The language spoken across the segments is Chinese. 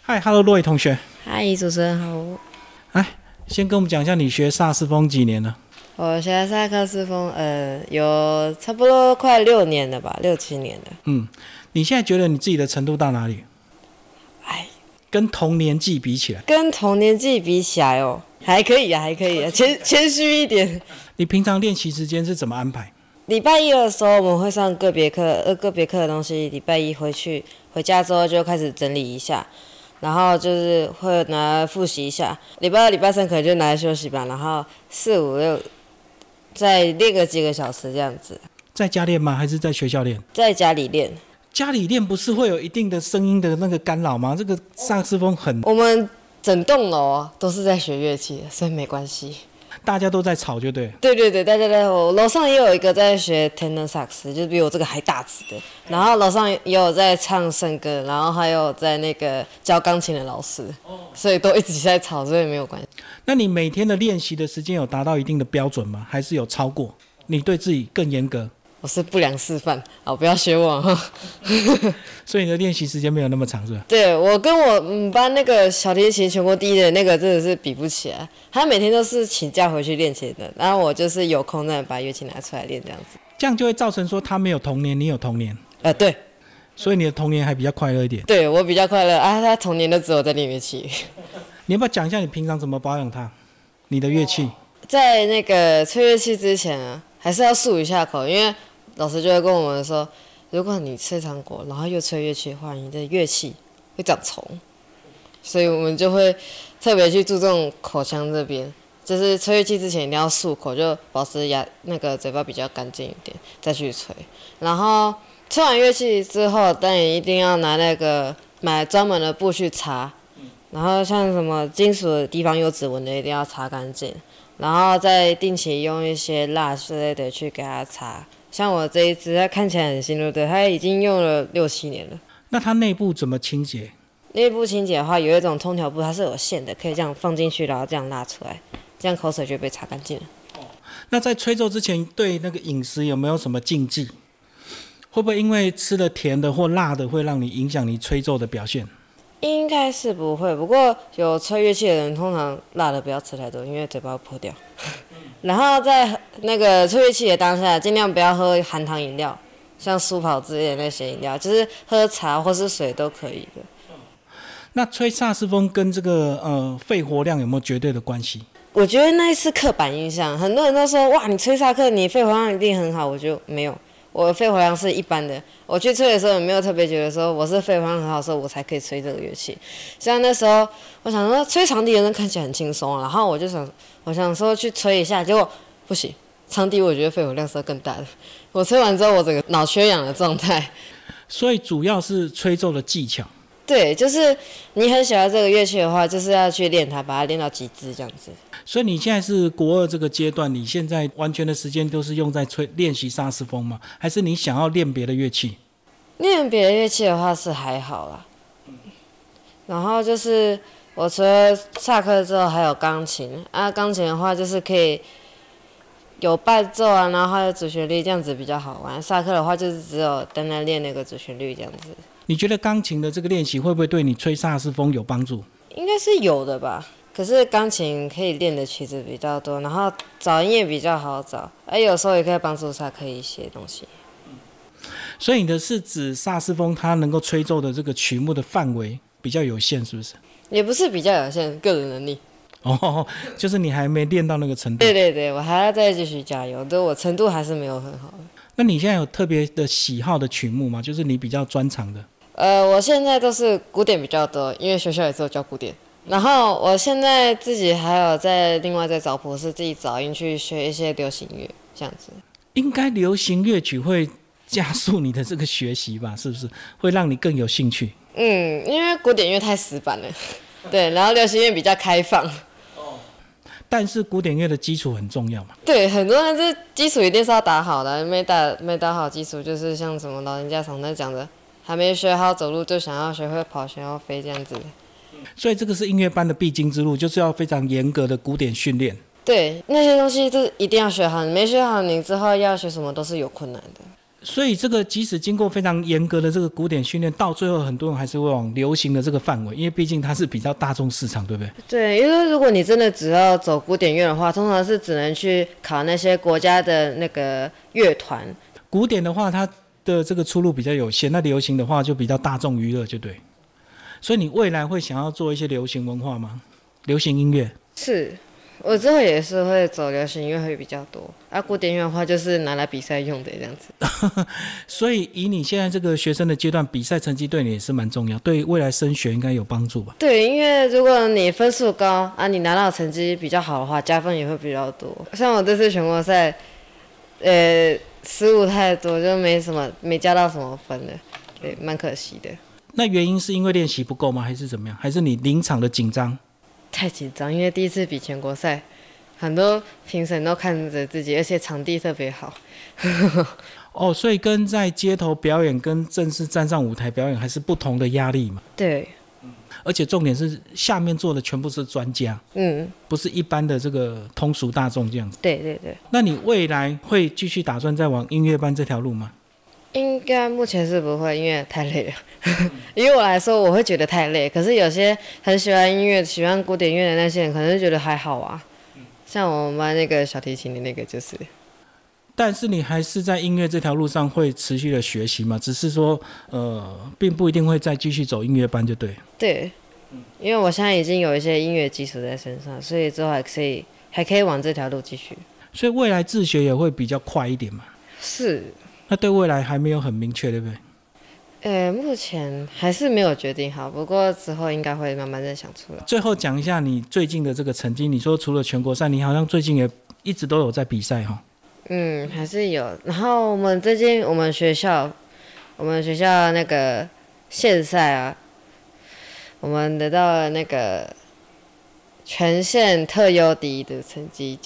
嗨，Hello， 洛伊同学。 嗨，主持人好。 哎，先跟我们讲一下你学萨克斯风几年了？ 我学萨克斯风，有差不多快6年了吧，6、7年了。 你现在觉得你自己的程度到哪里？跟同年纪比起来， 跟同年纪比起来哦，还可以啊，还可以啊，谦虚一点。 你平常练习时间是怎么安排？ 礼拜一的时候我们会上个别课，个别课的东西，礼拜一回家之后就开始整理一下，然后就是会拿来复习一下。礼拜二、礼拜三可能就拿来休息吧，然后4、5、6再练个几个小时这样子。 在家练吗？还是在学校练？ 在家里练。 家里练不是会有一定的声音的那个干扰吗？这个萨克斯风很， 我们整栋楼都是在学乐器的，所以没关系。 大家都在吵就对了。 对对对，大家在我楼上也有一个在学 tenor sax， 就是比我这个还大只的。然后楼上也有在唱圣歌，然后还有在那个教钢琴的老师，所以都一直在吵，所以没有关系。 那你每天的练习的时间有达到一定的标准吗？还是有超过？你对自己更严格？ 我是不良示范，不要学我。 所以你的练习时间没有那么长，是吧？ 对，我跟我班那个小提琴全国第一的那个真的是比不起来，他每天都是请假回去练琴的，然后我就是有空再把乐器拿出来练这样子。 这样就会造成说他没有童年，你有童年。 对。 所以你的童年还比较快乐一点。 对，我比较快乐啊，他童年都只有在练乐器。 你要不要讲一下你平常怎么保养它？你的乐器？ 在那个吹乐器之前啊，还是要漱一下口，因为老师就会跟我们说，如果你吹糖果，然后又吹乐器的话，你的乐器会长虫，所以我们就会特别去注重口腔这边，就是吹乐器之前一定要漱口，就保持那个嘴巴比较干净一点再去吹。然后吹完乐器之后，当然一定要拿那个买专门的布去擦，然后像什么金属的地方有指纹的一定要擦干净，然后再定期用一些蜡之类的去给它擦。像我这一支，它看起来很新，对不对？它已经用了6、7年了。 那它内部怎么清洁？ 内部清洁的话，有一种通条布，它是有线的，可以这样放进去，然后这样拉出来，这样口水就被擦干净了。 那在吹奏之前，对那个饮食有没有什么禁忌？会不会因为吃了甜的或辣的，会让你影响你吹奏的表现？ 应该是不会，不过有吹乐器的人，通常辣的不要吃太多，因为嘴巴会破掉。然后在那个吹乐器的当下，尽量不要喝含糖饮料，像舒跑之类的那些饮料，就是喝茶或是水都可以的。 那吹萨克斯风跟这个肺活量有没有绝对的关系？ 我觉得那是刻板印象，很多人都说哇，你吹萨克，你肺活量一定很好，我觉得没有。我的肺活量是一般的，我去吹的时候也没有特别觉得说我是肺活量很好的时候我才可以吹这个乐器。像那时候我想说吹长笛的人看起来很轻松，然后我想说去吹一下，结果不行，长笛我觉得肺活量是更大的。我吹完之后我整个脑缺氧的状态。 所以主要是吹奏的技巧。 对，就是你很喜欢这个乐器的话，就是要去练它，把它练到极致这样子。 所以你现在是国2这个阶段，你现在完全的时间都是用在练习萨克斯风吗？还是你想要练别的乐器？ 练别的乐器的话是还好啦。然后就是我除了萨克之后还有钢琴啊，钢琴的话就是可以有伴奏啊，然后还有主旋律，这样子比较好玩。萨克的话就是只有单单练那个主旋律这样子。 你觉得钢琴的这个练习会不会对你吹萨克斯风有帮助？ 应该是有的吧。可是钢琴可以练的曲子比较多，然后找音也比较好找，有时候也可以帮助萨克一些东西。 所以你的是指萨克斯风它能够吹奏的这个曲目的范围比较有限，是不是？ 也不是比较有限，个人能力。 就是你还没练到那个程度。 对对对，我还要再继续加油，对，我程度还是没有很好的。 那你现在有特别的喜好的曲目吗？就是你比较专长的。 我现在都是古典比较多，因为学校也是有教古典。然后我现在自己还有另外在找谱，是自己找音去学一些流行乐，这样子。 应该流行乐曲会加速你的这个学习吧？是不是会让你更有兴趣？ 因为古典乐太死板了，对，然后流行乐比较开放。 但是古典乐的基础很重要嘛？ 对，很多人这基础一定是要打好的，没打好基础，就是像什么老人家常在讲的，还没学好走路就想要学会跑，想要飞这样子。 所以这个是音乐班的必经之路，就是要非常严格的古典训练。 对，那些东西都一定要学好，你没学好，你之后要学什么都是有困难的。 所以这个即使经过非常严格的这个古典训练，到最后很多人还是会往流行的这个范围，因为毕竟它是比较大众市场，对不对？ 对，因为如果你真的只要走古典乐的话，通常是只能去考那些国家的那个乐团。 古典的话，它的这个出路比较有限，那流行的话就比较大众娱乐，就对。所以你未来会想要做一些流行文化吗？流行音乐？ 是，我之后也是会走流行音乐会比较多，古典乐的话就是拿来比赛用的这样子。 所以以你现在这个学生的阶段，比赛成绩对你也是蛮重要，对未来升学应该有帮助吧？ 对，因为如果你分数高你拿到成绩比较好的话，加分也会比较多。像我这次全国赛，失误太多，就没加到什么分了，对，蛮可惜的。 那原因是因为练习不够吗？还是怎么样？还是你临场的紧张？ 太紧张，因为第一次比全国赛，很多评审都看着自己，而且场地特别好。 哦，所以跟在街头表演跟正式站上舞台表演还是不同的压力嘛？ 对。 而且重点是下面坐的全部是专家，不是一般的这个通俗大众这样子。 对对对。 那你未来会继续打算再往音乐班这条路吗？ 应该目前是不会，因为太累了。因为我来说，我会觉得太累。可是有些很喜欢音乐、喜欢古典乐的那些人，可能就觉得还好啊。像我们班那个小提琴的那个就是。 但是你还是在音乐这条路上会持续的学习嘛？只是说，并不一定会再继续走音乐班，就对。 对，因为我现在已经有一些音乐基础在身上，所以之后还可以往这条路继续。 所以未来自学也会比较快一点嘛？ 是。 那对未来还没有很明确，对不对？ 目前还是没有决定好，不过之后应该会慢慢再想出来。 最后讲一下你最近的这个成绩，你说除了全国赛，你好像最近也一直都有在比赛哈？ 还是有。然后我们最近我们学校那个县赛我们得到了那个全县特优第一的成绩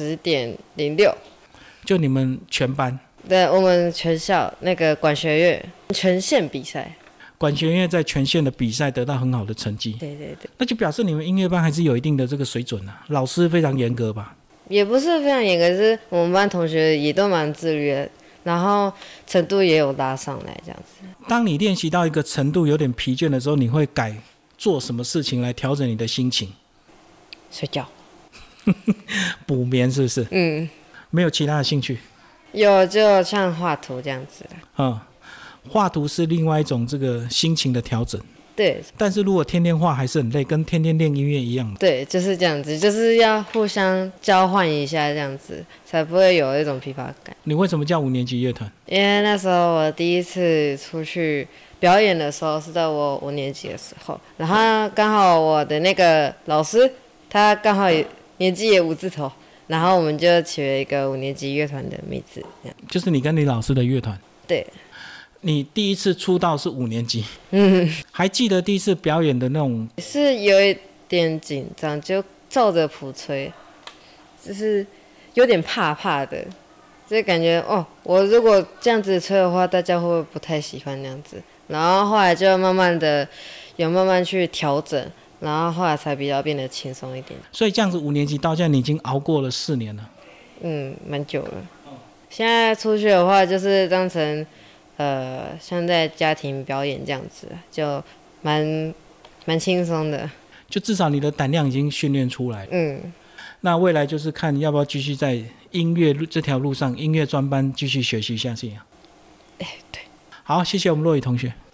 90.06。 就你们全班？ 对，我们全校那个管弦乐全县比赛， 管弦乐在全县的比赛得到很好的成绩。 对对对。 那就表示你们音乐班还是有一定的这个水准啊，老师非常严格吧？ 也不是非常严格，是我们班同学也都蛮自律的，然后程度也有拉上来这样子。 当你练习到一个程度有点疲倦的时候，你会改做什么事情来调整你的心情？ 睡觉。 补眠是不是？没有其他的兴趣？ 有，就像画图这样子。 画图是另外一种这个心情的调整。 对。 但是如果天天画还是很累，跟天天练音乐一样。 对，就是这样子，就是要互相交换一下这样子，才不会有一种疲乏感。 你为什么叫5年级乐团？ 因为那时候我第一次出去表演的时候是在我5年级的时候，然后刚好我的那个老师他刚好年纪也5字头，然后我们就取了一个5年级乐团的名字，这样。 就是你跟你老师的乐团。 对。 你第一次出道是5年级，还记得第一次表演的那种？ 是有一点紧张，就照着谱吹，就是有点怕怕的，就感觉我如果这样子吹的话，大家会不会不太喜欢那样子？然后后来就慢慢去调整，然后后来才比较变得轻松一点。 所以这样子5年级到现在，你已经熬过了4年了。 蛮久了。现在出去的话，就是当成像在家庭表演这样子，就蛮轻松的。就至少你的胆量已经训练出来了。那未来就是看要不要继续在音乐这条路上，音乐专班继续学习下去。对。好，谢谢我们若雨同学。